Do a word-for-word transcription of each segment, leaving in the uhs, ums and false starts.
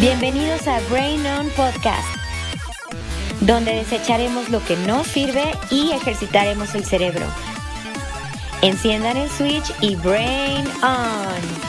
Bienvenidos a Brain On Podcast, donde desecharemos lo que no sirve y ejercitaremos el cerebro. Enciendan el switch y Brain On.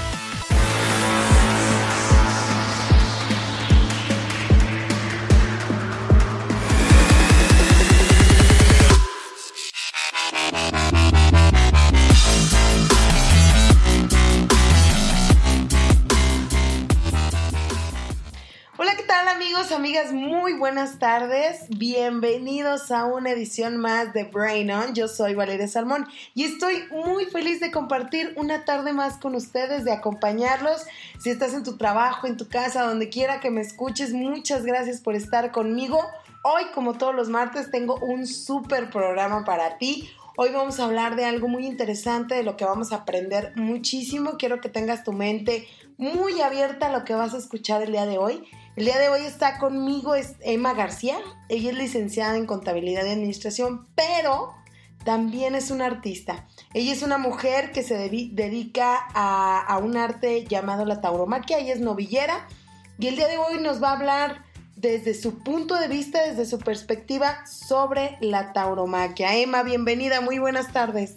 Amigas, muy buenas tardes, bienvenidos a una edición más de Brain On. Yo soy Valeria Salmón y estoy muy feliz de compartir una tarde más con ustedes, de acompañarlos. Si estás en tu trabajo, en tu casa, donde quiera que me escuches, muchas gracias por estar conmigo. Hoy, como todos los martes, tengo un súper programa para ti. Hoy vamos a hablar de algo muy interesante, de lo que vamos a aprender muchísimo. Quiero que tengas tu mente muy abierta a lo que vas a escuchar el día de hoy. El día de hoy está conmigo es Emma García. Ella es licenciada en Contabilidad y Administración, pero también es una artista. Ella es una mujer que se de- dedica a, a un arte llamado la tauromaquia. Ella es novillera y el día de hoy nos va a hablar desde su punto de vista, desde su perspectiva sobre la tauromaquia. Emma, bienvenida, muy buenas tardes.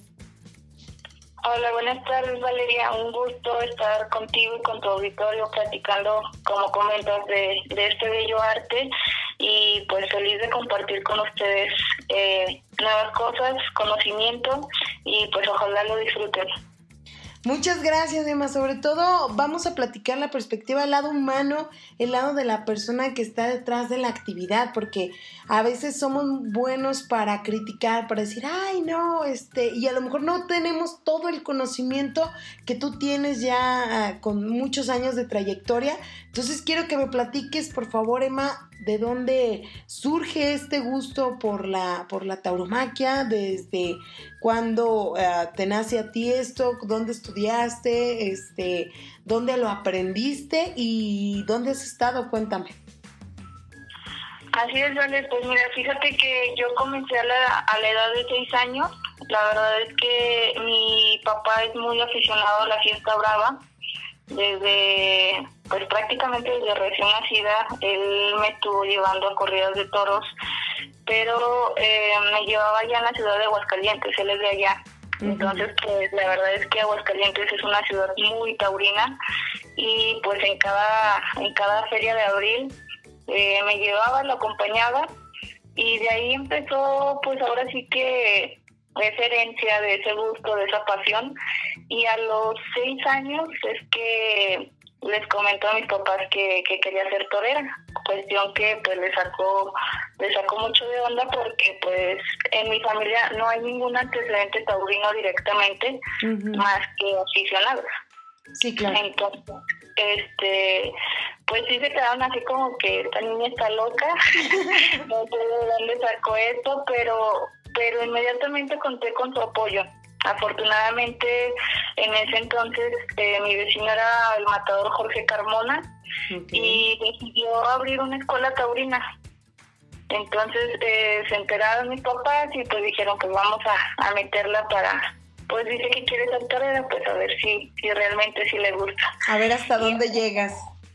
Hola, buenas tardes, Valeria. Un gusto estar contigo y con tu auditorio platicando, como comentas, de, de este bello arte y pues feliz de compartir con ustedes eh, nuevas cosas, conocimiento y pues ojalá lo disfruten. Muchas gracias, Emma. Sobre todo vamos a platicar la perspectiva del lado humano, el lado de la persona que está detrás de la actividad, porque a veces somos buenos para criticar, para decir, ay, no, este, y a lo mejor no tenemos todo el conocimiento que tú tienes ya uh, con muchos años de trayectoria. Entonces quiero que me platiques, por favor, Emma, de dónde surge este gusto por la, por la tauromaquia, desde cuándo uh, te nace a ti esto, dónde estudiaste, este, dónde lo aprendiste y dónde has estado, cuéntame. Así es, Vale, pues mira, fíjate que yo comencé a la, a la edad de seis años. La verdad es que mi papá es muy aficionado a la fiesta brava. Desde, pues prácticamente desde recién nacida, él me estuvo llevando a corridas de toros, pero eh, me llevaba ya en la ciudad de Aguascalientes, él es de allá. Uh-huh. Entonces, pues la verdad es que Aguascalientes es una ciudad muy taurina y pues en cada, en cada feria de abril eh, me llevaba, lo acompañaba y de ahí empezó, pues ahora sí que esa herencia de ese gusto, de esa pasión. Y a los seis años es que les comentó a mis papás que, que quería ser torera, cuestión que pues le sacó, le sacó mucho de onda porque pues en mi familia no hay ningún antecedente taurino directamente, uh-huh, más que aficionados. Sí, claro. Entonces, este, pues sí se quedaron así como que esta niña está loca, no sé de dónde sacó esto, pero, pero inmediatamente conté con su apoyo. Afortunadamente, en ese entonces, eh, mi vecino era el matador Jorge Carmona, okay, y decidió abrir una escuela taurina. Entonces, eh, se enteraron mis papás y pues dijeron, pues vamos a, a meterla para, pues dice que quiere ser torera, pues a ver si, si realmente sí le gusta. A ver hasta dónde y, llegas.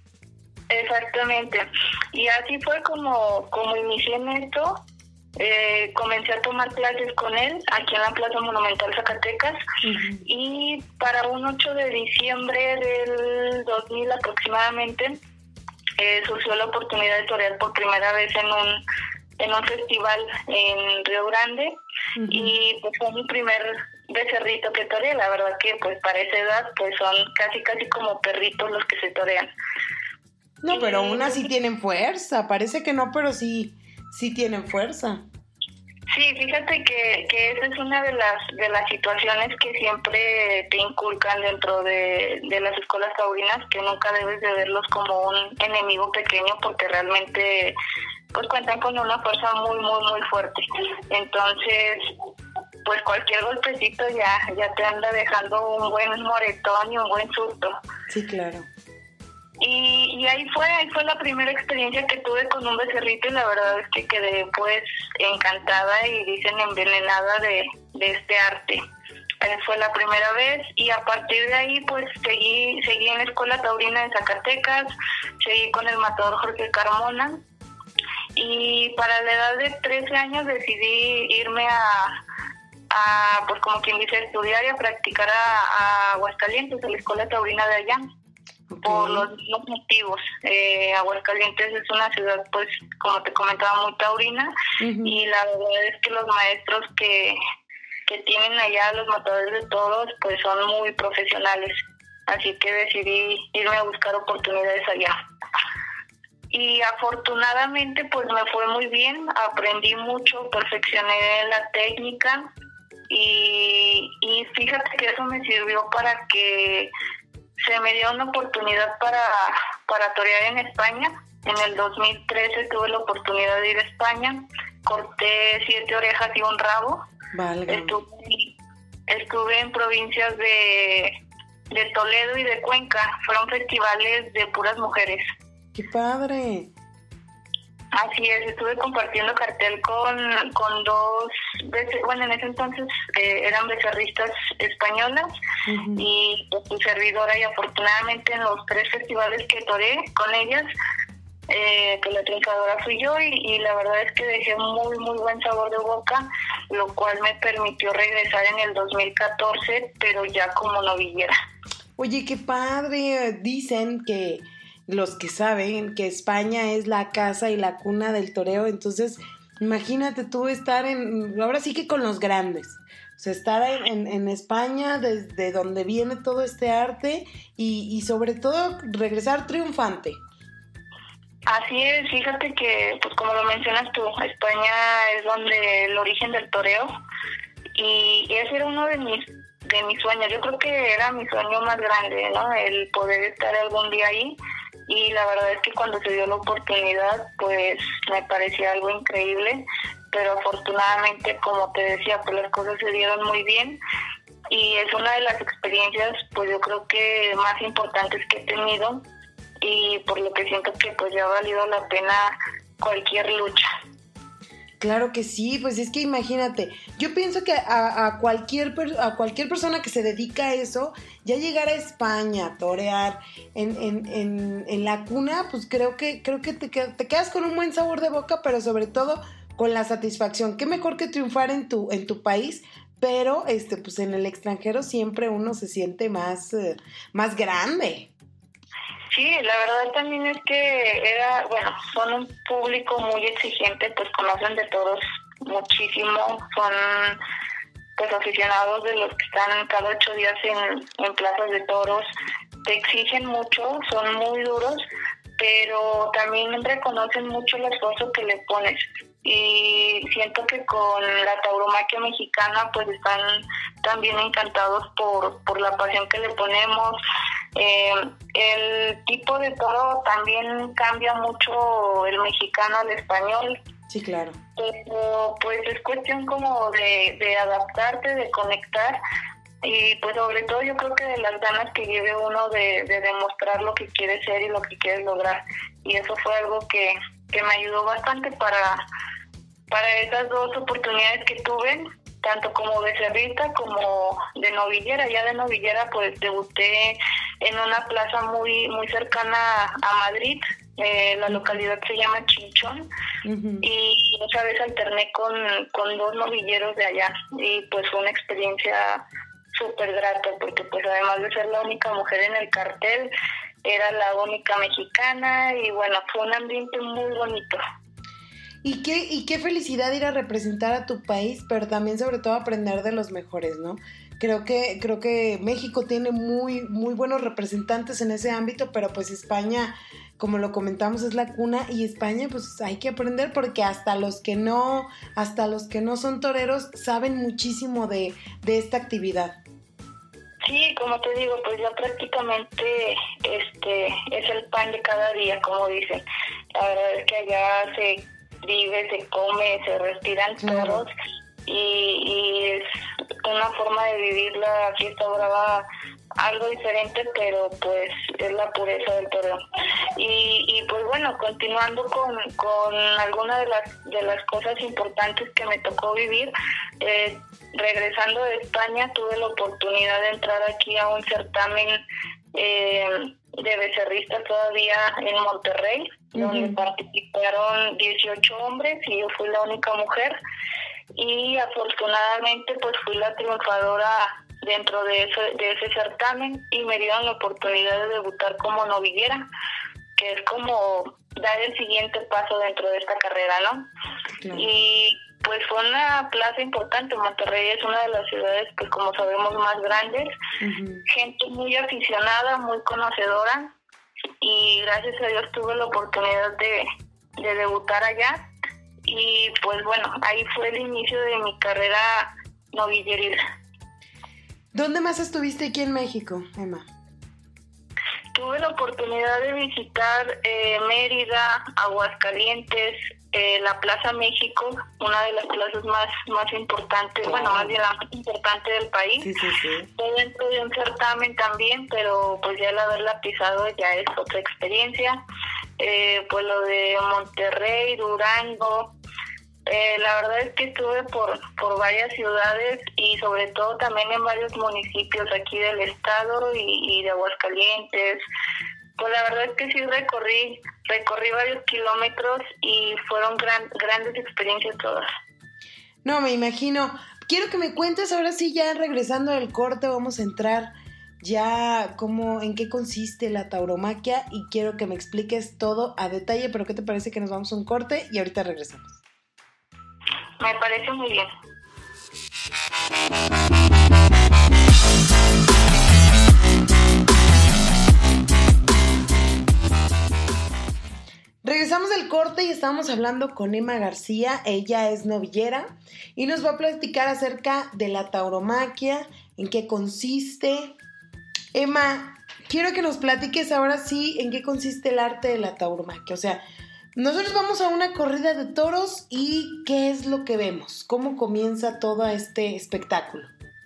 Exactamente. Y así fue como, como inicié en esto. Eh, comencé a tomar clases con él aquí en la Plaza Monumental Zacatecas, uh-huh, y para un ocho de diciembre del dos mil aproximadamente eh, surgió la oportunidad de torear por primera vez en un en un festival en Río Grande, uh-huh, y pues fue mi primer becerrito que toreé. La verdad que pues para esa edad pues son casi casi como perritos los que se torean. No, pero aún así tienen fuerza, parece que no, pero sí Sí tienen fuerza. Sí, fíjate que, que esa es una de las de las situaciones que siempre te inculcan dentro de, de las escuelas taurinas, que nunca debes de verlos como un enemigo pequeño porque realmente pues cuentan con una fuerza muy, muy, muy fuerte. Entonces, pues cualquier golpecito ya, ya te anda dejando un buen moretón y un buen susto. Sí, claro. Y, y ahí fue, ahí fue la primera experiencia que tuve con un becerrito y la verdad es que quedé pues encantada y dicen envenenada de, de este arte. Eh, fue la primera vez y a partir de ahí pues seguí seguí en la Escuela Taurina de Zacatecas, seguí con el matador Jorge Carmona y para la edad de trece años decidí irme a, a pues como quien dice, estudiar y a practicar a, a Aguascalientes, a la Escuela Taurina de allá. Okay. Por los mismos motivos. Eh, Aguascalientes es una ciudad, pues, como te comentaba, muy taurina, uh-huh. y la verdad es que los maestros que, que tienen allá, los matadores de toros, pues son muy profesionales. Así que decidí irme a buscar oportunidades allá. Y afortunadamente, pues me fue muy bien, aprendí mucho, perfeccioné la técnica y, y fíjate que eso me sirvió para que se me dio una oportunidad para, para torear en España. En el dos mil trece tuve la oportunidad de ir a España, corté siete orejas y un rabo. Estuve, estuve en provincias de, de Toledo y de Cuenca, fueron festivales de puras mujeres. ¡Qué padre! Así es, estuve compartiendo cartel con, con dos, bueno, en ese entonces eh, eran becerristas españolas, uh-huh. y pues, su servidora, y afortunadamente en los tres festivales que toré con ellas, eh, pues la triunfadora fui yo y, y la verdad es que dejé muy, muy buen sabor de boca, lo cual me permitió regresar en el dos mil catorce, pero ya como novillera. Oye, qué padre, dicen que los que saben que España es la casa y la cuna del toreo, entonces imagínate tú estar en, ahora sí que con los grandes, o sea, estar en, en, en España, desde donde viene todo este arte y, y sobre todo regresar triunfante. Así es, fíjate que, pues como lo mencionas tú, España es donde el origen del toreo y ese era uno de mis de mis sueños, yo creo que era mi sueño más grande, ¿no? El poder estar algún día ahí. Y la verdad es que cuando se dio la oportunidad, pues me parecía algo increíble, pero afortunadamente, como te decía, pues las cosas se dieron muy bien y es una de las experiencias, pues yo creo que más importantes que he tenido y por lo que siento que pues ya ha valido la pena cualquier lucha. Claro que sí, pues es que imagínate, yo pienso que a, a cualquier a cualquier persona que se dedica a eso, ya llegar a España, a torear en, en, en, en la cuna, pues creo que creo que te, te quedas con un buen sabor de boca, pero sobre todo con la satisfacción. Qué mejor que triunfar en tu en tu país, pero este pues en el extranjero siempre uno se siente más, eh, más grande. Sí, la verdad también es que era, bueno, son un público muy exigente, pues conocen de todos muchísimo, son pues aficionados de los que están cada ocho días en, en plazas de toros, te exigen mucho, son muy duros, pero también reconocen mucho el esfuerzo que le pones y siento que con la tauromaquia mexicana pues están también encantados por, por la pasión que le ponemos. Eh, el tipo de toro también cambia mucho el mexicano al español. Sí, claro. Pero pues es cuestión como de, de adaptarte, de conectar y pues sobre todo yo creo que de las ganas que lleve uno de, de demostrar lo que quiere ser y lo que quiere lograr, y eso fue algo que, que me ayudó bastante para, para esas dos oportunidades que tuve, tanto como becerrista como de novillera. Ya de novillera pues debuté en una plaza muy muy cercana a Madrid, eh, la localidad se llama Chinchón, uh-huh. y esa vez alterné con, con dos novilleros de allá y pues fue una experiencia súper grata porque pues además de ser la única mujer en el cartel, era la única mexicana y bueno, fue un ambiente muy bonito. Y qué, y qué felicidad ir a representar a tu país, pero también sobre todo aprender de los mejores, ¿no? Creo que, creo que México tiene muy, muy buenos representantes en ese ámbito, pero pues España, como lo comentamos, es la cuna, y España pues hay que aprender porque hasta los que no, hasta los que no son toreros saben muchísimo de, de esta actividad. Sí, como te digo, pues ya prácticamente este es el pan de cada día, como dicen. La verdad es que allá se vive, se come, se respiran toros, y, y es una forma de vivir la fiesta brava algo diferente, pero pues es la pureza del toreo. Y, y pues bueno, continuando con, con alguna de las de las cosas importantes que me tocó vivir, eh, regresando de España tuve la oportunidad de entrar aquí a un certamen eh, de becerristas todavía en Monterrey, uh-huh. donde participaron dieciocho hombres y yo fui la única mujer, y afortunadamente pues fui la triunfadora dentro de ese, de ese certamen, y me dieron la oportunidad de debutar como novillera, que es como dar el siguiente paso dentro de esta carrera, ¿no? Claro. Y pues fue una plaza importante. Monterrey es una de las ciudades, pues como sabemos, más grandes, uh-huh. gente muy aficionada, muy conocedora, y gracias a Dios tuve la oportunidad de, de debutar allá, y pues bueno, ahí fue el inicio de mi carrera novilleril. ¿Dónde más estuviste aquí en México, Emma? Tuve la oportunidad de visitar eh, Mérida, Aguascalientes, eh, la Plaza México, una de las plazas más, más importantes, wow. bueno, más bien la más importante del país. Sí, sí, sí. Fue dentro de un certamen también, pero pues ya el haberla pisado ya es otra experiencia. Eh, pues lo de Monterrey, Durango. Eh, la verdad es que estuve por, por varias ciudades y sobre todo también en varios municipios aquí del estado y, y de Aguascalientes. Pues la verdad es que sí recorrí, recorrí varios kilómetros y fueron gran, grandes experiencias todas. No, me imagino. Quiero que me cuentes ahora sí, ya regresando del corte, vamos a entrar ya cómo, en qué consiste la tauromaquia, y quiero que me expliques todo a detalle, pero ¿qué te parece que nos vamos a un corte y ahorita regresamos? Me parece muy bien. Regresamos del corte y estamos hablando con Emma García. Ella es novillera y nos va a platicar acerca de la tauromaquia, en qué consiste. Emma, quiero que nos platiques ahora sí en qué consiste el arte de la tauromaquia. O sea, nosotros vamos a una corrida de toros y ¿qué es lo que vemos? ¿Cómo comienza todo este espectáculo?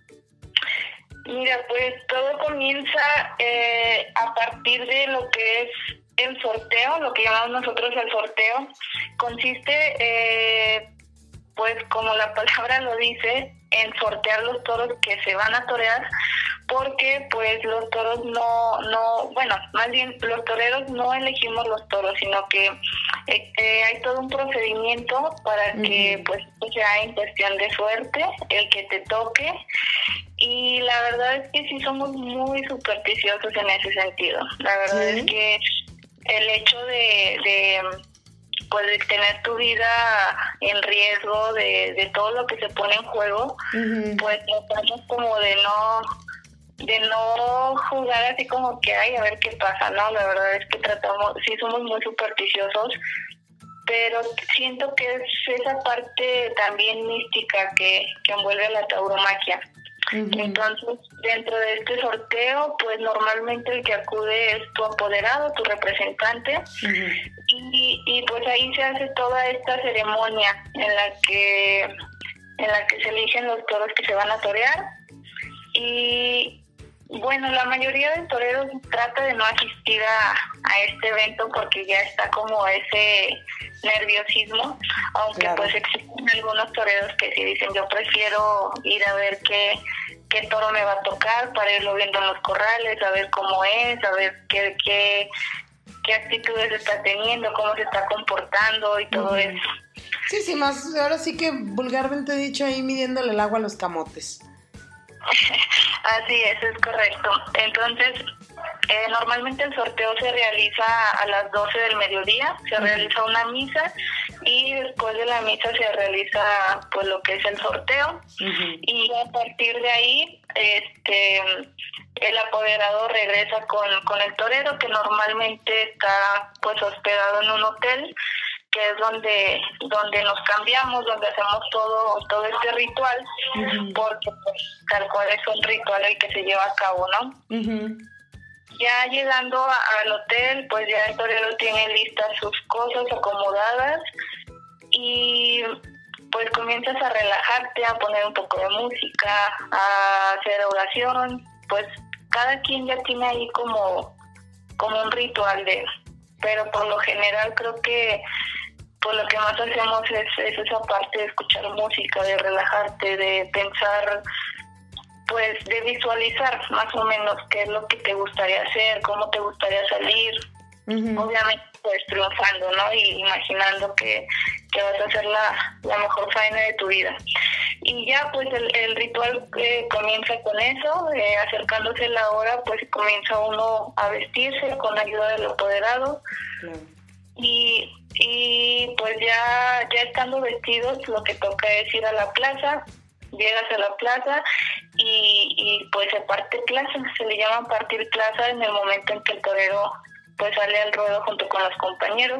Mira, pues todo comienza eh, a partir de lo que es el sorteo, lo que llamamos nosotros el sorteo. Consiste, eh, pues como la palabra lo dice, en sortear los toros que se van a torear, porque pues los toros no, no, bueno, más bien los toreros no elegimos los toros, sino que eh, eh, hay todo un procedimiento para uh-huh. que pues sea en cuestión de suerte, el que te toque, y la verdad es que sí somos muy supersticiosos en ese sentido. La verdad ¿Sí? es que el hecho de, de pues de tener tu vida en riesgo, de, de todo lo que se pone en juego, uh-huh. pues tratamos como de no de no jugar así como que ay a ver qué pasa, no, la verdad es que tratamos, sí somos muy supersticiosos, pero siento que es esa parte también mística que, que envuelve a la tauromaquia. Uh-huh. Entonces, dentro de este sorteo, pues normalmente el que acude es tu apoderado, tu representante, uh-huh. y, y pues ahí se hace toda esta ceremonia en la que en la que se eligen los toros que se van a torear. Y bueno, la mayoría de toreros trata de no asistir a, a este evento porque ya está como ese nerviosismo, aunque claro. pues existen algunos toreros que sí dicen yo prefiero ir a ver qué, qué toro me va a tocar para irlo viendo en los corrales, a ver cómo es, a ver qué, qué, qué actitudes está teniendo, cómo se está comportando y todo uh-huh. eso. Sí, sí, más ahora sí que vulgarmente dicho ahí midiéndole el agua a los camotes. Así es, es correcto. Entonces, eh, normalmente el sorteo se realiza a las doce del mediodía, se uh-huh. realiza una misa y después de la misa se realiza pues lo que es el sorteo uh-huh. y a partir de ahí este el apoderado regresa con, con el torero, que normalmente está pues hospedado en un hotel, que es donde donde nos cambiamos, donde hacemos todo todo este ritual, uh-huh. porque pues, tal cual es un ritual el que se lleva a cabo, ¿no? Uh-huh. Ya llegando a, al hotel, pues ya el torero tiene listas sus cosas acomodadas y pues comienzas a relajarte, a poner un poco de música, a hacer oración, pues cada quien ya tiene ahí como, como un ritual de, pero por lo general creo que pues lo que más hacemos es, es esa parte de escuchar música, de relajarte, de pensar, pues de visualizar más o menos qué es lo que te gustaría hacer, cómo te gustaría salir. Uh-huh. Obviamente pues triunfando, ¿no? Y imaginando que, que vas a hacer la, la mejor faena de tu vida. Y ya pues el, el ritual eh, comienza con eso, eh, acercándose la hora, pues comienza uno a vestirse con ayuda del apoderado. Claro. Y, y pues ya, ya estando vestidos, lo que toca es ir a la plaza. Llegas a la plaza y, y pues se parte plaza, se le llama partir plaza en el momento en que el torero pues sale al ruedo junto con los compañeros,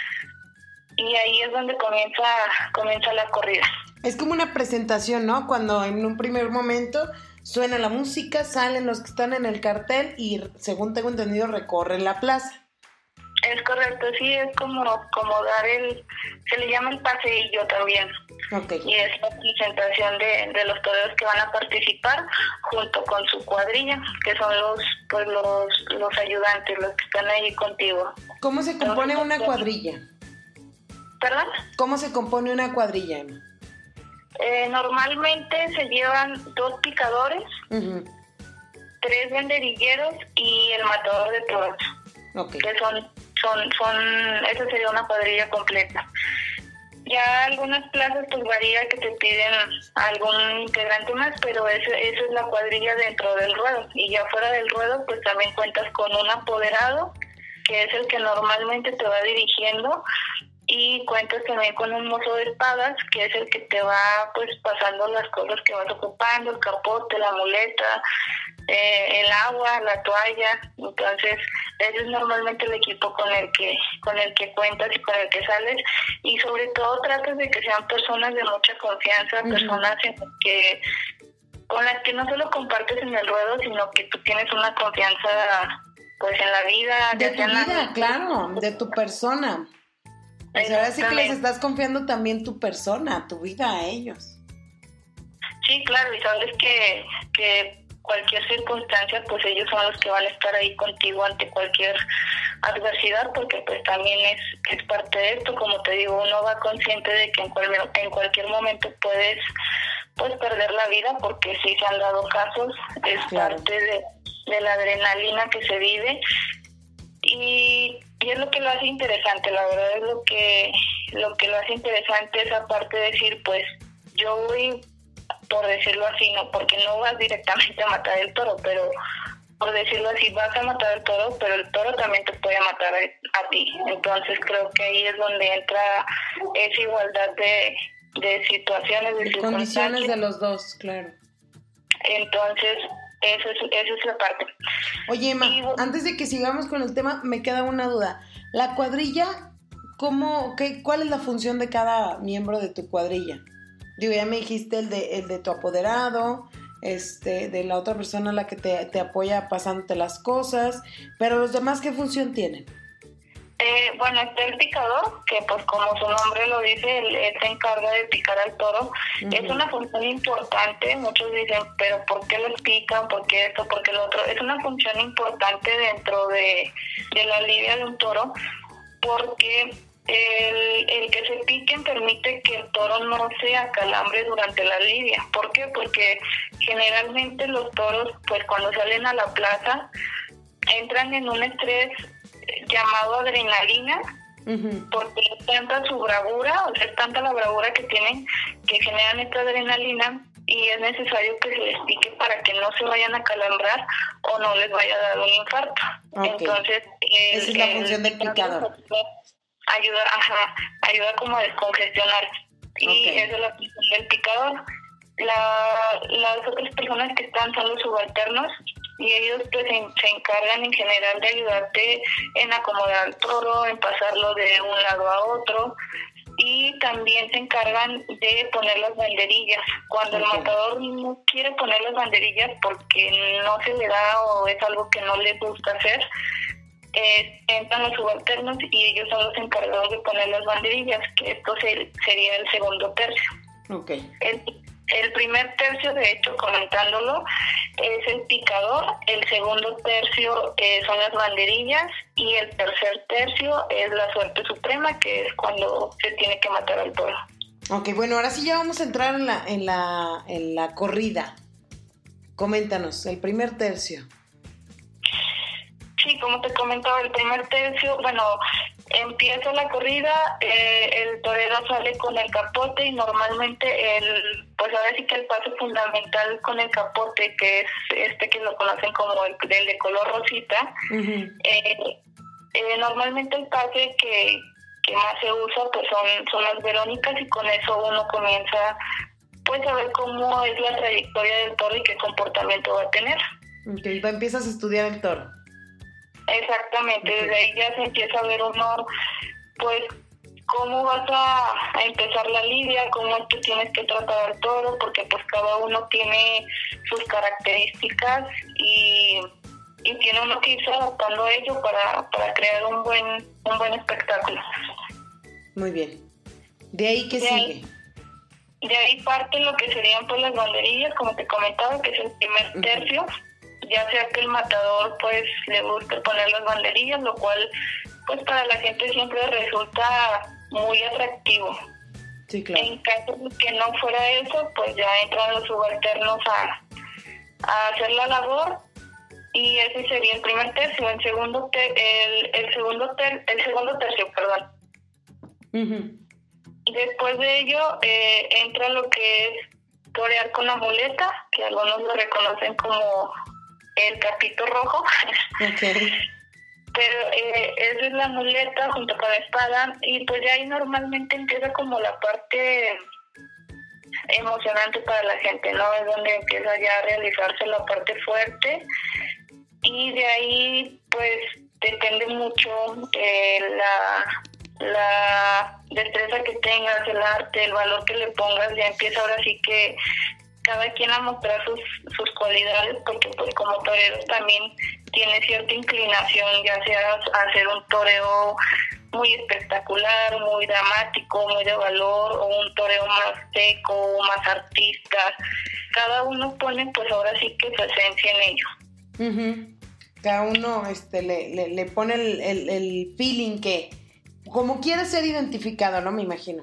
y ahí es donde comienza comienza la corrida. Es como una presentación, ¿no? Cuando en un primer momento suena la música, salen los que están en el cartel y, según tengo entendido, recorren la plaza. Es correcto, sí, es como, como dar el, se le llama el paseillo también. Okay. Y es la presentación de, de los toreros que van a participar junto con su cuadrilla, que son los, pues los, los ayudantes, los que están ahí contigo. ¿Cómo se compone Entonces, una cuadrilla? ¿Perdón? ¿Cómo se compone una cuadrilla, Emma? Eh, normalmente se llevan dos picadores, uh-huh. tres banderilleros y el matador de toros. Okay. Que son, son, son, esa sería una cuadrilla completa. Ya algunas plazas pues varía que te piden algún integrante más, pero esa es la cuadrilla dentro del ruedo. Y ya fuera del ruedo pues también cuentas con un apoderado, que es el que normalmente te va dirigiendo, y cuentas también con un mozo de espadas, que es el que te va pues pasando las cosas que vas ocupando, el capote, la muleta, eh, el agua, la toalla. Entonces ese es normalmente el equipo con el que con el que cuentas y con el que sales, y sobre todo tratas de que sean personas de mucha confianza, uh-huh. personas en que con las que no solo compartes en el ruedo, sino que tú tienes una confianza pues en la vida. De tu vida, la... claro, de tu persona. O sea, ahora sí que les estás confiando también tu persona, tu vida a ellos. Sí, claro, y sabes que, que cualquier circunstancia, pues ellos son los que van a estar ahí contigo ante cualquier adversidad, porque pues también es, es parte de esto. Como te digo, uno va consciente de que en, cual, en cualquier momento puedes pues perder la vida, porque sí se han dado casos, es claro. parte de, de la adrenalina que se vive. Y, y es lo que lo hace interesante, la verdad es lo que lo que lo hace interesante, es aparte de decir, pues yo voy, por decirlo así, no, porque no vas directamente a matar el toro, pero por decirlo así, vas a matar el toro, pero el toro también te puede matar a, a ti. Entonces creo que ahí es donde entra esa igualdad de, de situaciones, de, de condiciones de los dos, claro. Entonces Eso es, eso es la parte. Oye, Emma, y, antes de que sigamos con el tema, me queda una duda. La cuadrilla, ¿cómo, qué, ¿cuál es la función de cada miembro de tu cuadrilla? Digo, ya me dijiste el de, el de tu apoderado, este, de la otra persona a la que te, te apoya pasándote las cosas, pero los demás, ¿qué función tienen? Eh, bueno, está el picador, que pues como su nombre lo dice, él, él se encarga de picar al toro. Uh-huh. Es una función importante. Muchos dicen, pero ¿por qué los pican? ¿Por qué esto? ¿Por qué lo otro? Es una función importante dentro de, de la lidia de un toro, porque el, el que se piquen permite que el toro no se acalambre durante la lidia. ¿Por qué? Porque generalmente los toros, pues cuando salen a la plaza, entran en un estrés llamado adrenalina, uh-huh. porque es tanta su bravura, o sea, es tanta la bravura que tienen, que generan esta adrenalina, y es necesario que se les pique para que no se vayan a calambrar o no les vaya a dar un infarto. Okay. Entonces, el, esa es la función del picador. Ayuda, ajá, ayuda como a descongestionar. Y okay. esa es la función del picador. La, las otras personas que están son los subalternos, y ellos pues en, se encargan en general de ayudarte en acomodar al toro, en pasarlo de un lado a otro, y también se encargan de poner las banderillas. Cuando okay. el matador no quiere poner las banderillas porque no se le da o es algo que no le gusta hacer, eh, entran los subalternos y ellos son los encargados de poner las banderillas, que esto se, sería el segundo tercio. Okay. El, El primer tercio, de hecho, comentándolo, es el picador, el segundo tercio eh, son las banderillas y el tercer tercio es la suerte suprema, que es cuando se tiene que matar al toro. Ok, bueno, ahora sí ya vamos a entrar en la, en la, en la corrida. Coméntanos, el primer tercio. Sí, como te comentaba, el primer tercio, bueno, empieza la corrida, eh, el torero sale con el capote y normalmente el, pues ahora sí que el paso fundamental con el capote, que es este que lo conocen como el, el de color rosita, uh-huh. eh, eh, normalmente el pase que, que más se usa pues son, son las Verónicas, y con eso uno comienza pues a ver cómo es la trayectoria del toro y qué comportamiento va a tener. Ok, empiezas a estudiar el toro. Exactamente, okay. Desde ahí ya se empieza a ver uno, pues, cómo vas a, a empezar la lidia, cómo es que tienes que tratar al toro, porque pues cada uno tiene sus características y, y tiene uno que irse adaptando a ello para, para crear un buen un buen espectáculo. Muy bien. ¿De ahí qué de sigue? Ahí, de ahí parte lo que serían pues las banderillas, como te comentaba, que es el primer uh-huh. tercio. Ya sea que el matador pues le guste poner las banderillas, lo cual pues para la gente siempre resulta muy atractivo. Sí, claro. En caso de que no fuera eso, pues ya entran los subalternos a, a hacer la labor, y ese sería el primer tercio. El segundo ter, el, el segundo ter, el segundo tercio, perdón. Uh-huh. Después de ello eh, entra lo que es torear con la muleta, que algunos lo reconocen como el capito rojo. Okay. Pero eh, esa es la muleta junto con la espada, y pues ya ahí normalmente empieza como la parte emocionante para la gente, ¿no? Es donde empieza ya a realizarse la parte fuerte, y de ahí pues depende mucho eh, la, la destreza que tengas, el arte, el valor que le pongas. Ya empieza ahora sí que cada quien a mostrar sus, sus cualidades, porque pues como toreros también tiene cierta inclinación, ya sea a hacer un toreo muy espectacular, muy dramático, muy de valor, o un toreo más seco, más artista. Cada uno pone pues ahora sí que su esencia en ello. Uh-huh. Cada uno este le, le, le pone el, el, el feeling que como quiere ser identificado, ¿no? Me imagino.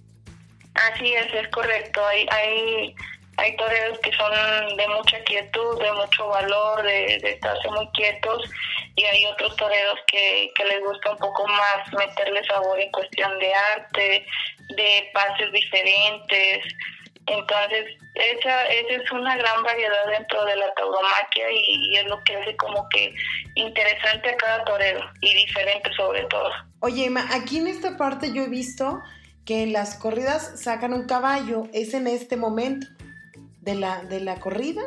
Así es, es correcto. Hay, hay Hay toreros que son de mucha quietud, de mucho valor, de, de estarse muy quietos, y hay otros toreros que, que les gusta un poco más meterle sabor en cuestión de arte, de pases diferentes. Entonces, esa, esa es una gran variedad dentro de la tauromaquia, y, y es lo que hace como que interesante a cada torero, y diferente sobre todo. Oye, Emma, aquí en esta parte yo he visto que en las corridas sacan un caballo. ¿Es en este momento de la de la corrida?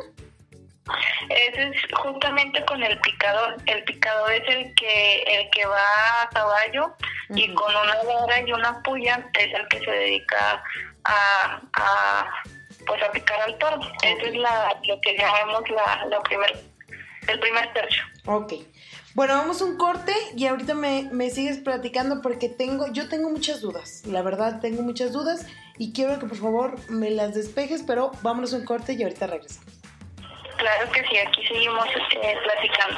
Ese es justamente con el picador. El picador es el que el que va a caballo, uh-huh. y con una vara y una puya es el que se dedica a, a pues a picar al toro. Okay. Ese es la lo que llamamos la, la primer, el primer tercio. Ok. Bueno, vamos a un corte y ahorita me, me sigues platicando, porque tengo yo tengo muchas dudas. La verdad, tengo muchas dudas y quiero que por favor me las despejes, pero vámonos a un corte y ahorita regresamos. Claro que sí, aquí seguimos eh, platicando.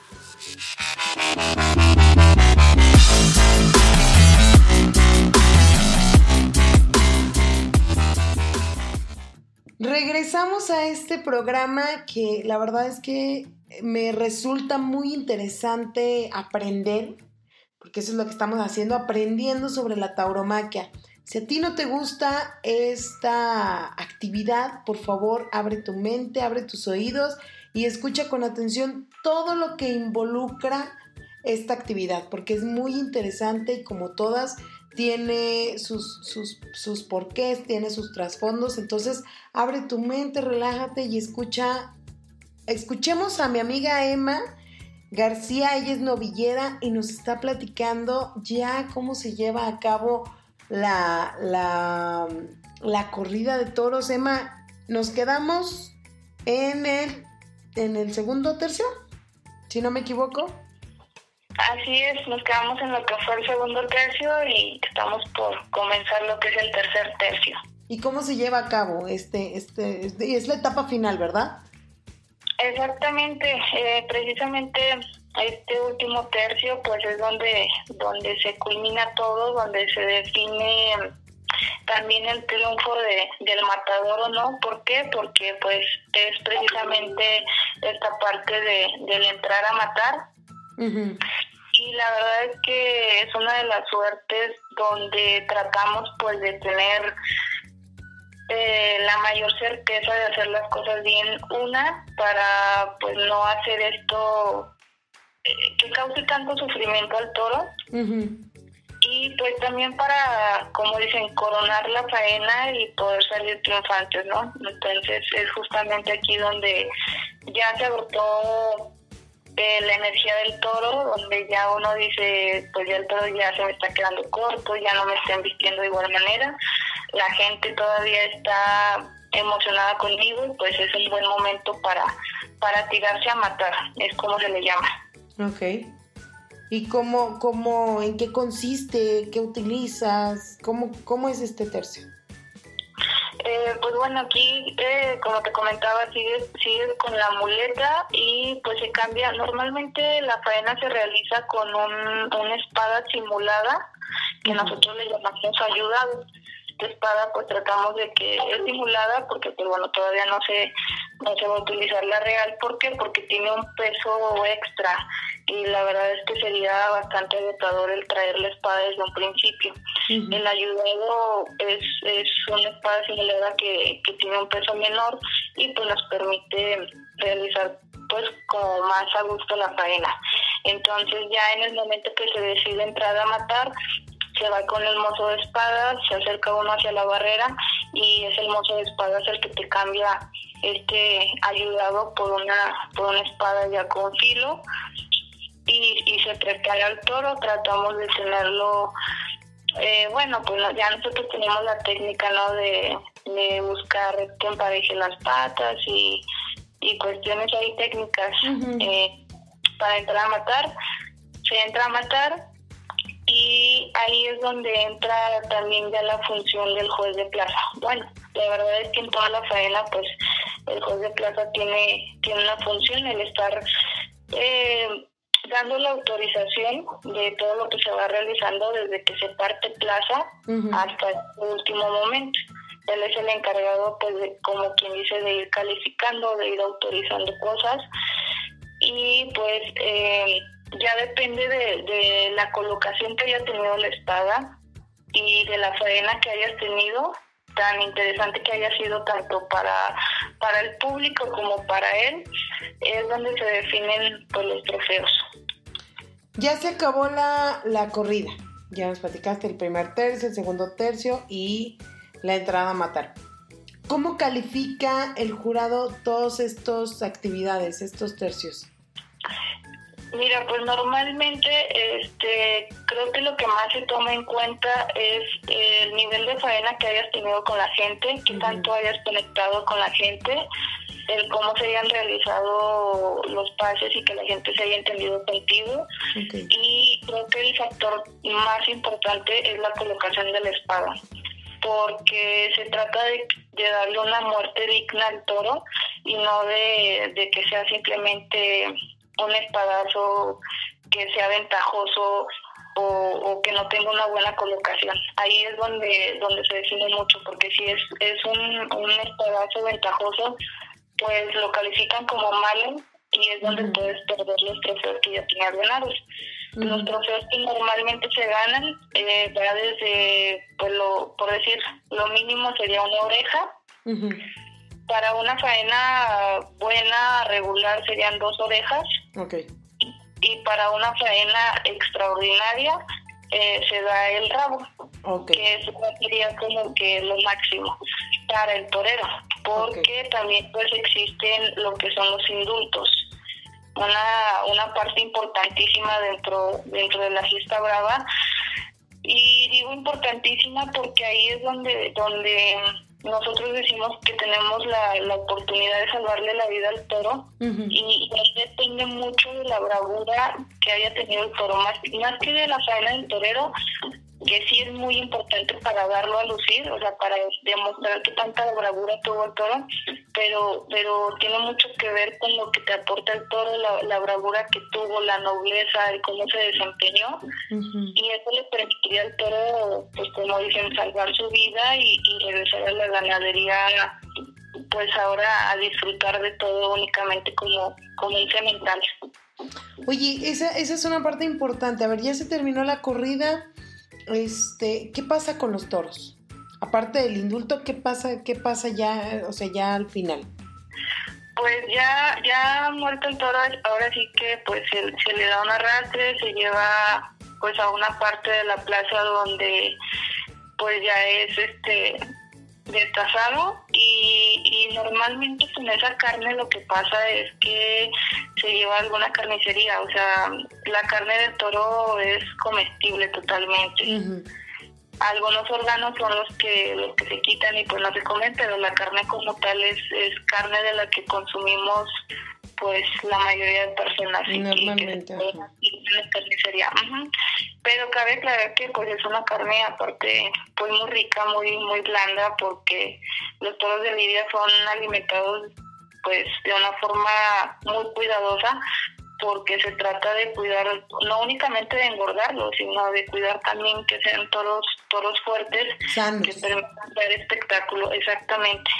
Regresamos a este programa que la verdad es que me resulta muy interesante aprender, porque eso es lo que estamos haciendo, aprendiendo sobre la tauromaquia. Si a ti no te gusta esta actividad, por favor, abre tu mente, abre tus oídos y escucha con atención todo lo que involucra esta actividad, porque es muy interesante y como todas tiene sus, sus, sus porqués, tiene sus trasfondos. Entonces abre tu mente, relájate y escucha. Escuchemos a mi amiga Emma García. Ella es novillera y nos está platicando ya cómo se lleva a cabo la, la, la corrida de toros. Emma, nos quedamos en el, en el segundo tercio, si no me equivoco. Así es, nos quedamos en lo que fue el segundo tercio y estamos por comenzar lo que es el tercer tercio. ¿Y cómo se lleva a cabo este, este, este es la etapa final, verdad? Exactamente, eh, precisamente este último tercio pues es donde, donde se culmina todo, donde se define también el triunfo de, del matador o no. ¿Por qué? Porque pues es precisamente esta parte de del entrar a matar. Uh-huh. Y la verdad es que es una de las suertes donde tratamos pues de tener eh, la mayor certeza de hacer las cosas bien, una, para pues no hacer esto eh, que cause tanto sufrimiento al toro. Uh-huh. Y pues también para, como dicen, coronar la faena y poder salir triunfantes, ¿no? Entonces es justamente aquí donde ya se agotó eh, la energía del toro, donde ya uno dice, pues ya el toro ya se me está quedando corto, ya no me están vistiendo de igual manera, la gente todavía está emocionada conmigo y pues es un buen momento para, para tirarse a matar, es como se le llama. Ok. ¿Y cómo, cómo, en qué consiste? ¿Qué utilizas? ¿Cómo, cómo es este tercio? Eh, pues bueno, aquí, eh, como te comentaba, sigue, sigue con la muleta y pues se cambia. Normalmente la faena se realiza con un, una espada simulada que uh-huh. nosotros le llamamos ayudado. Esta espada pues tratamos de que es simulada porque pues bueno, todavía no se, no se va a utilizar la real. ¿Por qué? Porque tiene un peso extra y la verdad es que sería bastante agotador el traer la espada desde un principio. Uh-huh. El ayudado es, es una espada simulada que, que tiene un peso menor y pues nos permite realizar pues como más a gusto la faena. Entonces ya en el momento que se decide entrar a matar, se va con el mozo de espadas, se acerca uno hacia la barrera y es el mozo de espadas el que te cambia este ayudado por una por una espada ya con filo y, y se prepara al toro. Tratamos de tenerlo, eh, bueno, pues ya nosotros tenemos la técnica, ¿no? De, de buscar que empareje las patas y, y cuestiones ahí técnicas. Uh-huh. eh, para entrar a matar. Se entra a matar. Y ahí es donde entra también ya la función del juez de plaza. Bueno, la verdad es que en toda la faena, pues, el juez de plaza tiene, tiene una función, el estar eh, dando la autorización de todo lo que se va realizando desde que se parte plaza uh-huh. hasta el último momento. Él es el encargado, pues, de, como quien dice, de ir calificando, de ir autorizando cosas. Y, pues, eh, ya depende de, de la colocación que haya tenido la espada y de la faena que hayas tenido, tan interesante que haya sido tanto para, para el público como para él, es donde se definen pues, los trofeos. Ya se acabó la, la corrida, ya nos platicaste el primer tercio, el segundo tercio y la entrada a matar. ¿Cómo califica el jurado todas estas actividades, estos tercios? Mira, pues normalmente este, creo que lo que más se toma en cuenta es el nivel de faena que hayas tenido con la gente, que uh-huh. tanto hayas conectado con la gente, el cómo se hayan realizado los pases y que la gente se haya entendido contigo. Okay. Y creo que el factor más importante es la colocación de la espada, porque se trata de, de darle una muerte digna al toro y no de, de que sea simplemente un espadazo que sea ventajoso o, o que no tenga una buena colocación. Ahí es donde donde se define mucho, porque si es es un, un espadazo ventajoso, pues lo califican como malo y es donde uh-huh. puedes perder los trofeos que ya tenías ganados. Uh-huh. Los trofeos que normalmente se ganan, eh, va desde, pues lo, por decir, lo mínimo sería una oreja. Uh-huh. Para una faena buena, regular, serían dos orejas. Okay. Y, y para una faena extraordinaria, eh, se da el rabo. Okay. Que eso sería como que lo máximo para el torero. Porque okay. también pues existen lo que son los indultos. Una, una parte importantísima dentro, dentro de la fiesta brava. Y digo importantísima porque ahí es donde... donde nosotros decimos que tenemos la, la oportunidad de salvarle la vida al toro. Uh-huh. y, y depende mucho de la bravura que haya tenido el toro, más, más que de la faena del torero, que sí es muy importante para darlo a lucir, o sea, para demostrar que tanta bravura tuvo el toro, pero pero tiene mucho que ver con lo que te aporta el toro, la, la bravura que tuvo, la nobleza, el cómo se desempeñó, uh-huh. y eso le permitiría al toro, pues como dicen, salvar su vida y, y regresar a la ganadería, pues ahora a disfrutar de todo únicamente como, como un semental. Oye, esa, esa es una parte importante. A ver, ya se terminó la corrida. Este, ¿qué pasa con los toros? Aparte del indulto, ¿qué pasa, qué pasa ya, o sea, ya al final? Pues ya, ya muerto el toro, ahora sí que pues se, se le da un arrastre, se lleva pues a una parte de la plaza donde pues ya es este destazado y, y normalmente con esa carne lo que pasa es que se lleva a alguna carnicería, o sea, la carne del toro es comestible totalmente. Uh-huh. Algunos órganos son los que los que se quitan y pues no se comen, pero la carne como tal es, es carne de la que consumimos pues la mayoría de personas. Normalmente. Y que en la carnicería. Uh-huh. Pero cabe aclarar que pues es una carne aparte pues muy rica, muy muy blanda, porque los toros de lidia son alimentados pues de una forma muy cuidadosa, porque se trata de cuidar no únicamente de engordarlos, sino de cuidar también que sean toros toros fuertes, sanos, que permitan dar espectáculo. Exactamente.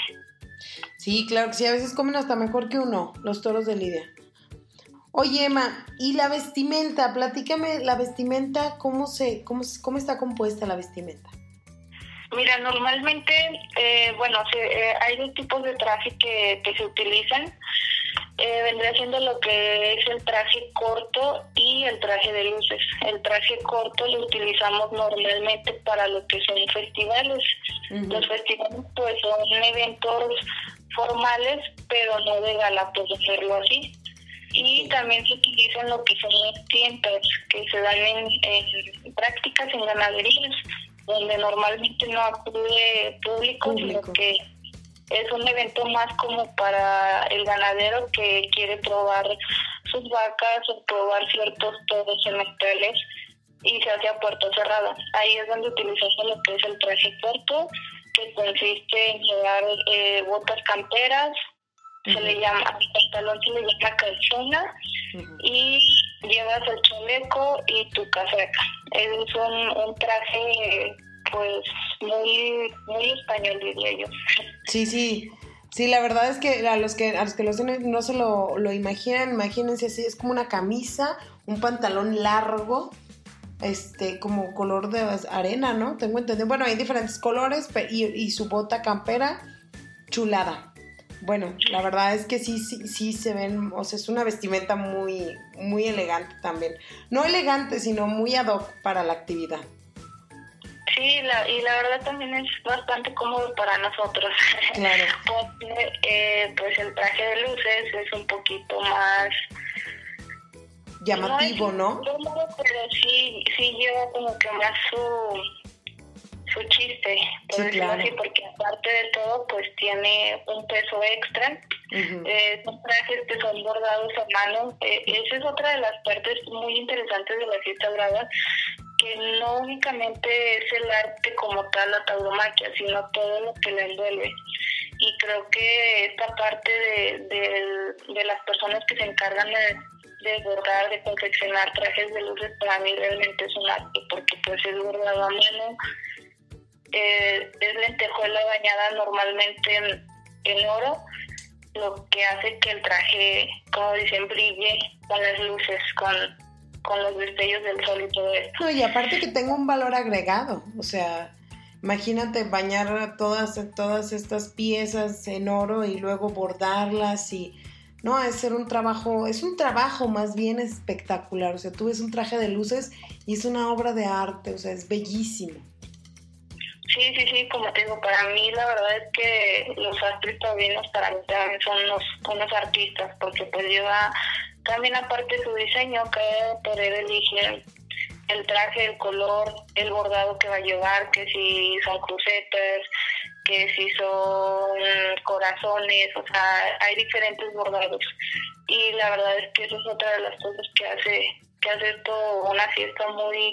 Sí, claro que sí, a veces comen hasta mejor que uno, los toros de lidia. Oye, Emma, ¿y la vestimenta? Platícame la vestimenta, ¿cómo se, cómo, cómo está compuesta la vestimenta? Mira, normalmente, eh, bueno, se, eh, hay dos tipos de traje que, que se utilizan. Eh, vendría siendo lo que es el traje corto y el traje de luces. El traje corto lo utilizamos normalmente para lo que son festivales. Uh-huh. Los festivales pues son eventos formales, pero no de gala, por decirlo así. Y también se utilizan lo que son los tiempos que se dan en, en prácticas en ganaderías, donde normalmente no acude público, público, sino que es un evento más como para el ganadero que quiere probar sus vacas o probar ciertos toros semestrales y se hace a puerta cerrada. Ahí es donde utilizamos lo que es el traje corto, que consiste en llevar eh, botas camperas, uh-huh. se le llama, al pantalón se le llama calzona, uh-huh. y llevas el chaleco y tu casaca. Es un, un traje pues muy muy español, diría yo. Sí, sí. Sí, la verdad es que a los que a los que lo hacen no se lo, lo imaginan, imagínense así, es como una camisa, un pantalón largo, este, como color de arena, ¿no? Tengo entendido. Bueno, hay diferentes colores y, y su bota campera, chulada. Bueno, la verdad es que sí, sí, sí se ven, o sea, es una vestimenta muy, muy elegante también. No elegante, sino muy ad hoc para la actividad. Sí, la, y la verdad también es bastante cómodo para nosotros. Claro. Porque eh, pues el traje de luces es un poquito más llamativo, ¿no? ¿no? Cómodo, pero sí, sí lleva como que más su su chiste, por sí, decirlo claro. así, porque aparte de todo, pues tiene un peso extra. Uh-huh. Eh, son trajes que son bordados a mano. Eh, esa es otra de las partes muy interesantes de la fiesta brava, que no únicamente es el arte como tal, la tauromaquia, sino todo lo que la envuelve. Y creo que esta parte de, de, de las personas que se encargan de, de bordar, de confeccionar trajes de luces, para mí realmente es un arte, porque pues es bordado a mano, eh, es lentejuela bañada normalmente en, en oro, lo que hace que el traje, como dicen, brille con las luces, con... con los destellos del sol y todo esto. No, y aparte que tenga un valor agregado, o sea, imagínate bañar todas, todas estas piezas en oro y luego bordarlas y, no, es ser un trabajo, es un trabajo más bien espectacular, o sea, tú ves un traje de luces y es una obra de arte, o sea, es bellísimo. Sí, sí, sí, como te digo, para mí la verdad es que los sastres taurinos para mí también son unos, unos artistas, porque pues lleva también aparte de su diseño, cada torero elige el traje, el color, el bordado que va a llevar, que si son crucetas, que si son corazones, o sea, hay diferentes bordados. Y la verdad es que eso es otra de las cosas que hace que hace esto una fiesta muy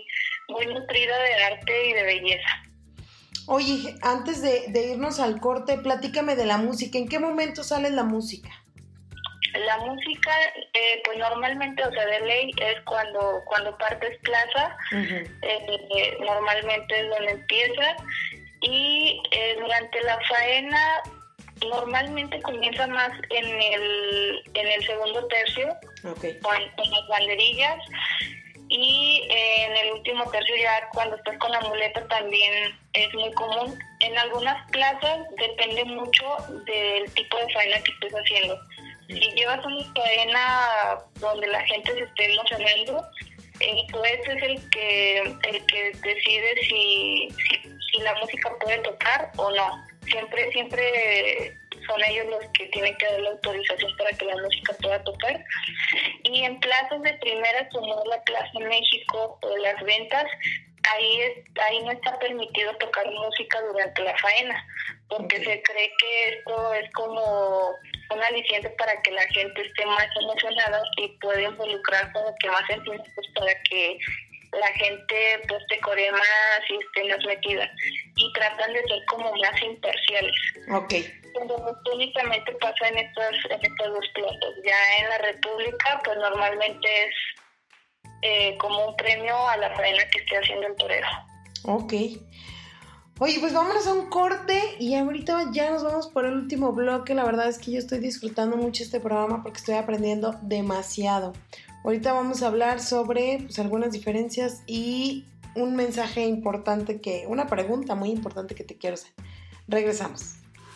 muy nutrida de arte y de belleza. Oye, antes de, de irnos al corte, platícame de la música. ¿En qué momento sale la música? La música, eh, pues normalmente, o sea, de ley es cuando cuando partes plaza, uh-huh. eh, normalmente es donde empieza, y eh, durante la faena normalmente comienza más en el en el segundo tercio, okay. con, con las banderillas, y eh, en el último tercio ya cuando estás con la muleta también es muy común. En algunas plazas depende mucho del tipo de faena que estés haciendo. Si llevas una faena donde la gente se esté emocionando, el juez es el que el que decide si, si, si la música puede tocar o no. Siempre siempre son ellos los que tienen que dar la autorización para que la música pueda tocar. Y en plazas de primera, como la Plaza México o las ventas, ahí es, ahí no está permitido tocar música durante la faena, porque se cree que esto es como un aliciente para que la gente esté más emocionada y puede involucrar como que más sentimientos para que la gente pues te coree más y esté más metida, y tratan de ser como más imparciales. Okay. Pero únicamente pasa en estas, en estas dos plazas. Ya en la República pues normalmente es eh, como un premio a la faena que esté haciendo el torero. Ok. Oye, pues vámonos a un corte y ahorita ya nos vamos por el último bloque. La verdad es que yo estoy disfrutando mucho este programa porque estoy aprendiendo demasiado. Ahorita vamos a hablar sobre pues, algunas diferencias y un mensaje importante, que una pregunta muy importante que te quiero hacer. Regresamos.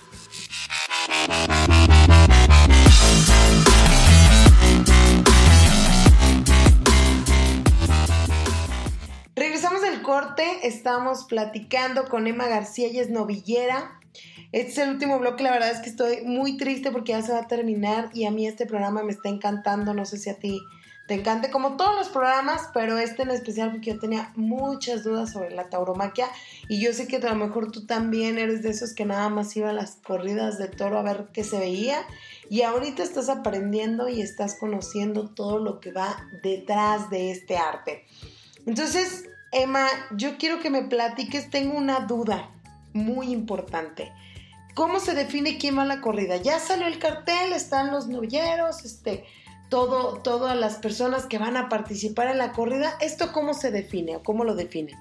Regresamos del corte, estamos platicando con Emma García, ella es novillera. Este es el último bloque, la verdad es que estoy muy triste porque ya se va a terminar y a mí este programa me está encantando, no sé si a ti te encante, como todos los programas, pero este en especial porque yo tenía muchas dudas sobre la tauromaquia y yo sé que a lo mejor tú también eres de esos que nada más iba a las corridas de toro a ver qué se veía, y ahorita estás aprendiendo y estás conociendo todo lo que va detrás de este arte. Entonces, Emma, yo quiero que me platiques, tengo una duda muy importante. ¿Cómo se define quién va a la corrida? Ya salió el cartel, están los novilleros, este, todo, todas las personas que van a participar en la corrida. ¿Esto cómo se define o cómo lo definen?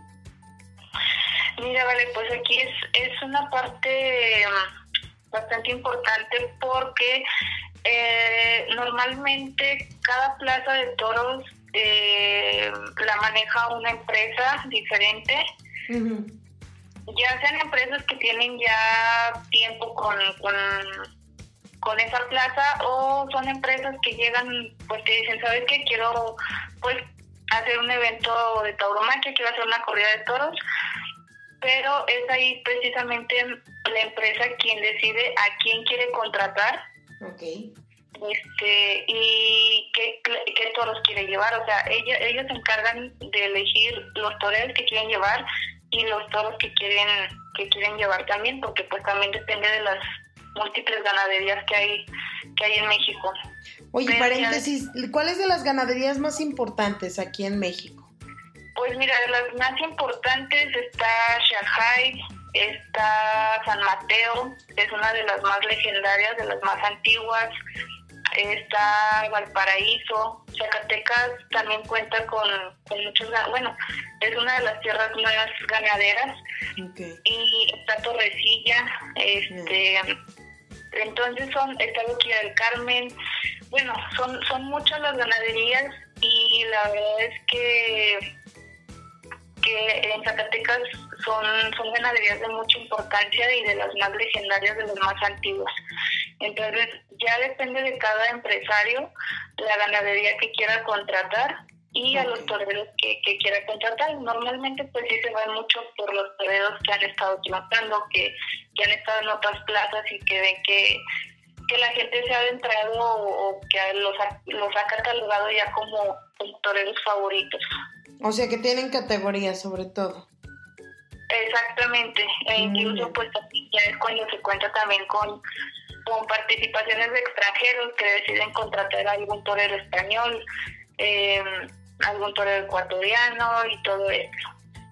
Mira, vale, pues aquí es, es una parte bastante importante porque eh, normalmente cada plaza de toros Eh, la maneja una empresa diferente, uh-huh. ya sean empresas que tienen ya tiempo con, con, con esa plaza, o son empresas que llegan, pues te dicen, ¿sabes qué? Quiero pues hacer un evento de tauromaquia, quiero hacer una corrida de toros, pero es ahí precisamente la empresa quien decide a quién quiere contratar. Okay. Este, y qué, qué toros quiere llevar, o sea, ella, ellos se encargan de elegir los toreros que quieren llevar y los toros que quieren que quieren llevar también, porque pues también depende de las múltiples ganaderías que hay que hay en México. Oye, Pero paréntesis, ya, ¿cuáles de las ganaderías más importantes aquí en México? Pues mira, de las más importantes está Shanghai, está San Mateo, es una de las más legendarias, de las más antiguas. Está Valparaíso, Zacatecas también cuenta con, con muchos, bueno, es una de las tierras más ganaderas. Okay. Y está Torrecilla, este, yeah. entonces son, está Boquilla del Carmen, bueno, son, son muchas las ganaderías, y la verdad es que que en Zacatecas son, son ganaderías de mucha importancia y de las más legendarias, de las más antiguas. Entonces ya depende de cada empresario la ganadería que quiera contratar y okay. a los toreros que, que quiera contratar. Normalmente pues sí se van mucho por los toreros que han estado triunfando, que, que han estado en otras plazas y que ven que, que la gente se ha adentrado o, o que los ha, los ha catalogado ya como, como toreros favoritos. O sea que tienen categorías sobre todo. Exactamente, e incluso pues ya es cuando se cuenta también con, con participaciones de extranjeros que deciden contratar a algún torero español, eh, algún torero ecuatoriano y todo esto.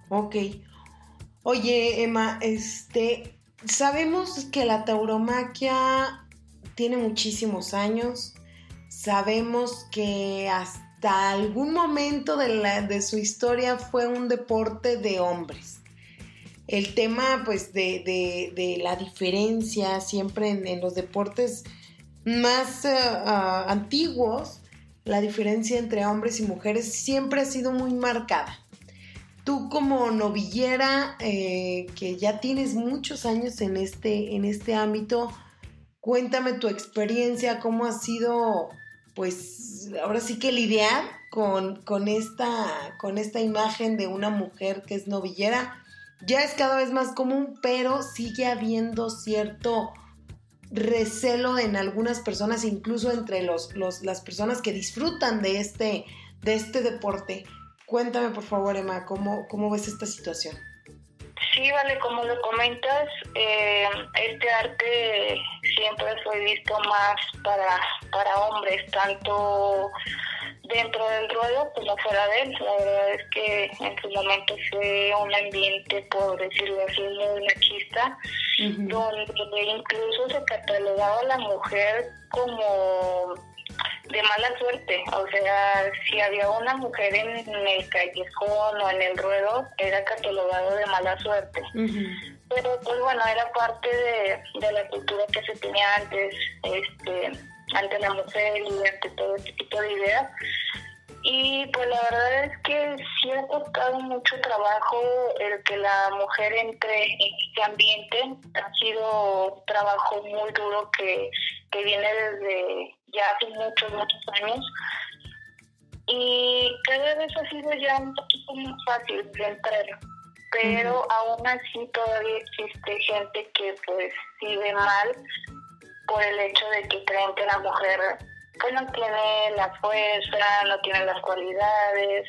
Ok. Oye, Emma, este, sabemos que la tauromaquia tiene muchísimos años. Sabemos que hasta algún momento de, la, de su historia fue un deporte de hombres. El tema, pues, de, de, de la diferencia siempre en, en los deportes más uh, uh, antiguos, la diferencia entre hombres y mujeres siempre ha sido muy marcada. Tú como novillera, eh, que ya tienes muchos años en este, en este ámbito, cuéntame tu experiencia, cómo ha sido, pues, ahora sí que lidiar con, con, esta, con esta imagen de una mujer que es novillera. Ya es cada vez más común, pero sigue habiendo cierto recelo en algunas personas, incluso entre los, los, las personas que disfrutan de este, de este deporte. Cuéntame, por favor, Emma, ¿cómo, cómo ves esta situación? Sí, vale, como lo comentas, eh, este arte siempre fue visto más para, para hombres, tanto dentro del ruedo como fuera de él. La verdad es que en su momento fue un ambiente, por decirlo así, muy machista, uh-huh. donde incluso se catalogaba a la mujer como de mala suerte. O sea, si había una mujer en el callejón o en el ruedo, era catalogado de mala suerte. Uh-huh. Pero pues bueno, era parte de, de la cultura que se tenía antes, este, ante la mujer y ante todo este tipo de ideas. Y pues la verdad es que sí ha costado mucho trabajo el que la mujer entre en este ambiente. Ha sido un trabajo muy duro que, que viene desde ya hace muchos, muchos años. Y cada vez ha sido ya un poquito más fácil de entrar. Pero uh-huh. aún así todavía existe gente que pues sí ve mal por el hecho de que creen que la mujer pues no tiene la fuerza, no tiene las cualidades,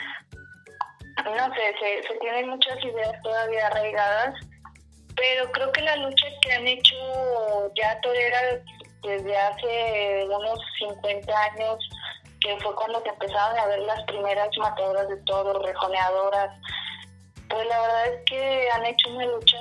no sé, se, se tienen muchas ideas todavía arraigadas, pero creo que la lucha que han hecho ya toreras desde hace unos cincuenta años, que fue cuando se empezaron a ver las primeras matadoras de toros, rejoneadoras, pues la verdad es que han hecho una lucha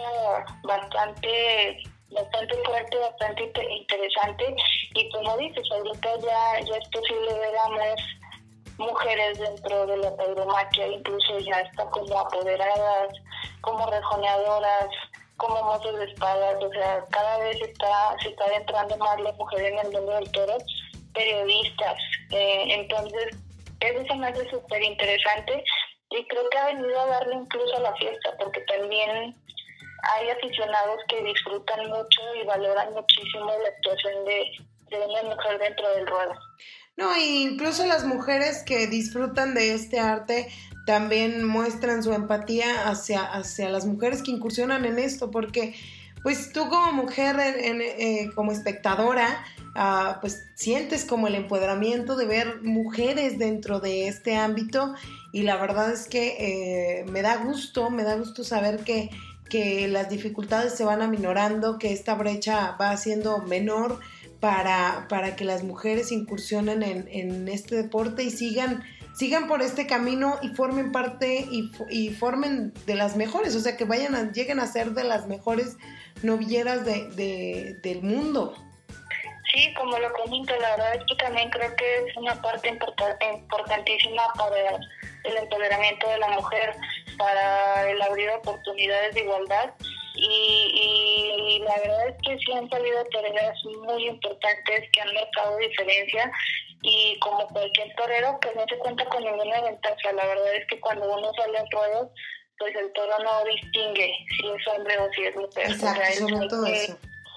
bastante bastante fuerte, bastante interesante, y como dices, ahorita ya, ya es posible ver a más mujeres dentro de la tauromaquia, incluso ya está como apoderadas, como rejoneadoras, como mozos de espadas. O sea, cada vez está, se está adentrando más la mujer en el mundo del toro, periodistas, eh, entonces eso se me hace súper interesante y creo que ha venido a darle incluso a la fiesta, porque también hay aficionados que disfrutan mucho y valoran muchísimo la actuación de, de una mujer dentro del ruedo. No, incluso las mujeres que disfrutan de este arte también muestran su empatía hacia, hacia las mujeres que incursionan en esto, porque pues tú como mujer, en, en, eh, como espectadora, uh, pues sientes como el empoderamiento de ver mujeres dentro de este ámbito, y la verdad es que eh, me da gusto, me da gusto saber que que las dificultades se van aminorando, que esta brecha va siendo menor para, para que las mujeres incursionen en, en este deporte y sigan, sigan por este camino y formen parte y, y formen de las mejores, o sea, que vayan a, lleguen a ser de las mejores novilleras de, de, del mundo. Sí, como lo comento, la verdad es que también creo que es una parte import- importantísima para el empoderamiento de la mujer, para el abrir oportunidades de igualdad, y, y la verdad es que sí han salido toreras muy importantes que han marcado diferencia, y como cualquier torero pues no se cuenta con ninguna ventaja. La verdad es que cuando uno sale al ruedo, pues el toro no distingue si es hombre o si es mujer. Exacto, o sea, sobre todo eso.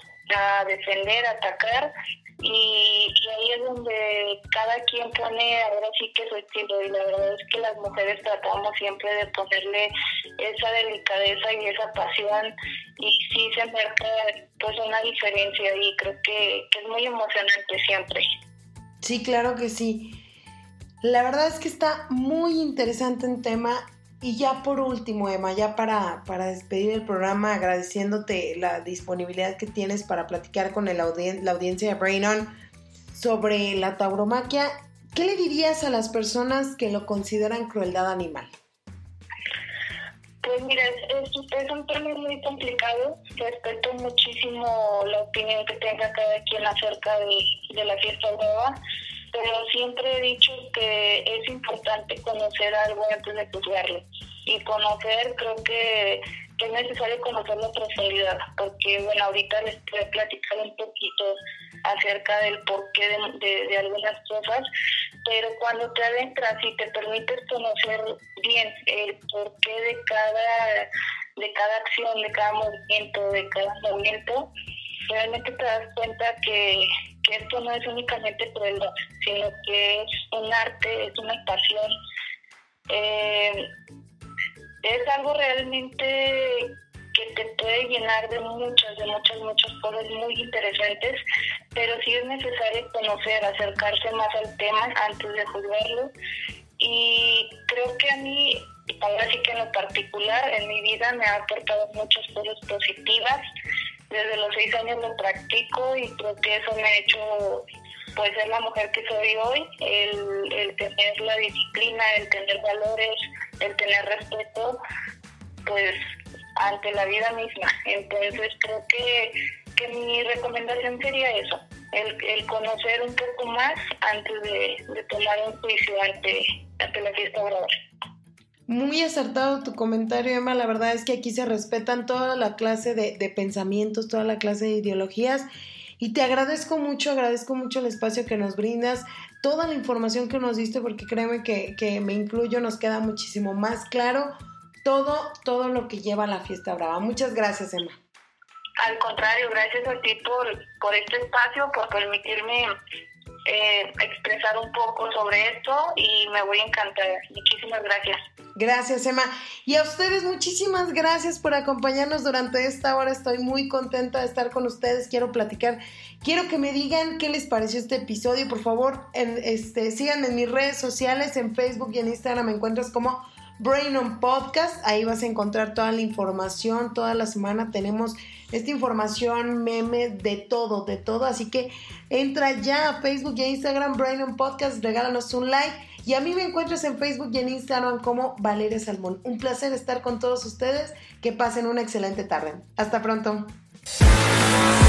A defender, a atacar, y, y ahí es donde cada quien pone ahora sí que su estilo, y la verdad es que las mujeres tratamos siempre de ponerle esa delicadeza y esa pasión, y sí se marca pues una diferencia, y creo que, que es muy emocionante siempre. Sí, claro que sí. La verdad es que está muy interesante el tema. Y ya por último, Emma, ya para, para despedir el programa, agradeciéndote la disponibilidad que tienes para platicar con el audien- la audiencia de Brain On sobre la tauromaquia, ¿qué le dirías a las personas que lo consideran crueldad animal? Pues mira, es, es, es un tema muy complicado. Respeto muchísimo la opinión que tenga cada quien acerca de, de la fiesta brava, pero siempre he dicho que es importante conocer algo antes de juzgarlo. Y conocer, creo que, que es necesario conocerlo a profundidad, porque bueno, ahorita les voy a platicar un poquito acerca del porqué de, de, de algunas cosas, pero cuando te adentras y te permites conocer bien el porqué de cada, de cada acción, de cada movimiento, de cada momento, realmente te das cuenta que, que esto no es únicamente crueldad, sino que es un arte, es una pasión. Eh, es algo realmente que te puede llenar de muchas, de muchas, muchas cosas muy interesantes, pero sí es necesario conocer, acercarse más al tema antes de juzgarlo. Y creo que a mí, ahora sí que en lo particular, en mi vida me ha aportado muchas cosas positivas. Desde los seis años lo practico y creo que eso me ha hecho pues ser la mujer que soy hoy, el, el tener la disciplina, el tener valores, el tener respeto, pues ante la vida misma. Entonces creo que, que mi recomendación sería eso, el, el conocer un poco más antes de, de tomar un juicio ante, ante la fiesta brava. Muy acertado tu comentario, Emma. La verdad es que aquí se respetan toda la clase de, de pensamientos, toda la clase de ideologías, y te agradezco mucho, agradezco mucho el espacio que nos brindas, toda la información que nos diste, porque créeme que, que me incluyo, nos queda muchísimo más claro todo, todo lo que lleva la fiesta brava. Muchas gracias, Emma. Al contrario, gracias a ti por, por este espacio, por permitirme eh, expresar un poco sobre esto, y me voy a encantar. Muchísimas gracias. Gracias, Emma. Y a ustedes, muchísimas gracias por acompañarnos durante esta hora. Estoy muy contenta de estar con ustedes. Quiero platicar, quiero que me digan qué les pareció este episodio. Por favor, en, este, síganme en mis redes sociales, en Facebook y en Instagram me encuentras como Brain On Podcast. Ahí vas a encontrar toda la información. Toda la semana tenemos esta información, meme, de todo, de todo. Así que entra ya a Facebook y a Instagram, Brain On Podcast, regálanos un like. Y a mí me encuentras en Facebook y en Instagram como Valeria Salmón. Un placer estar con todos ustedes. Que pasen una excelente tarde. Hasta pronto.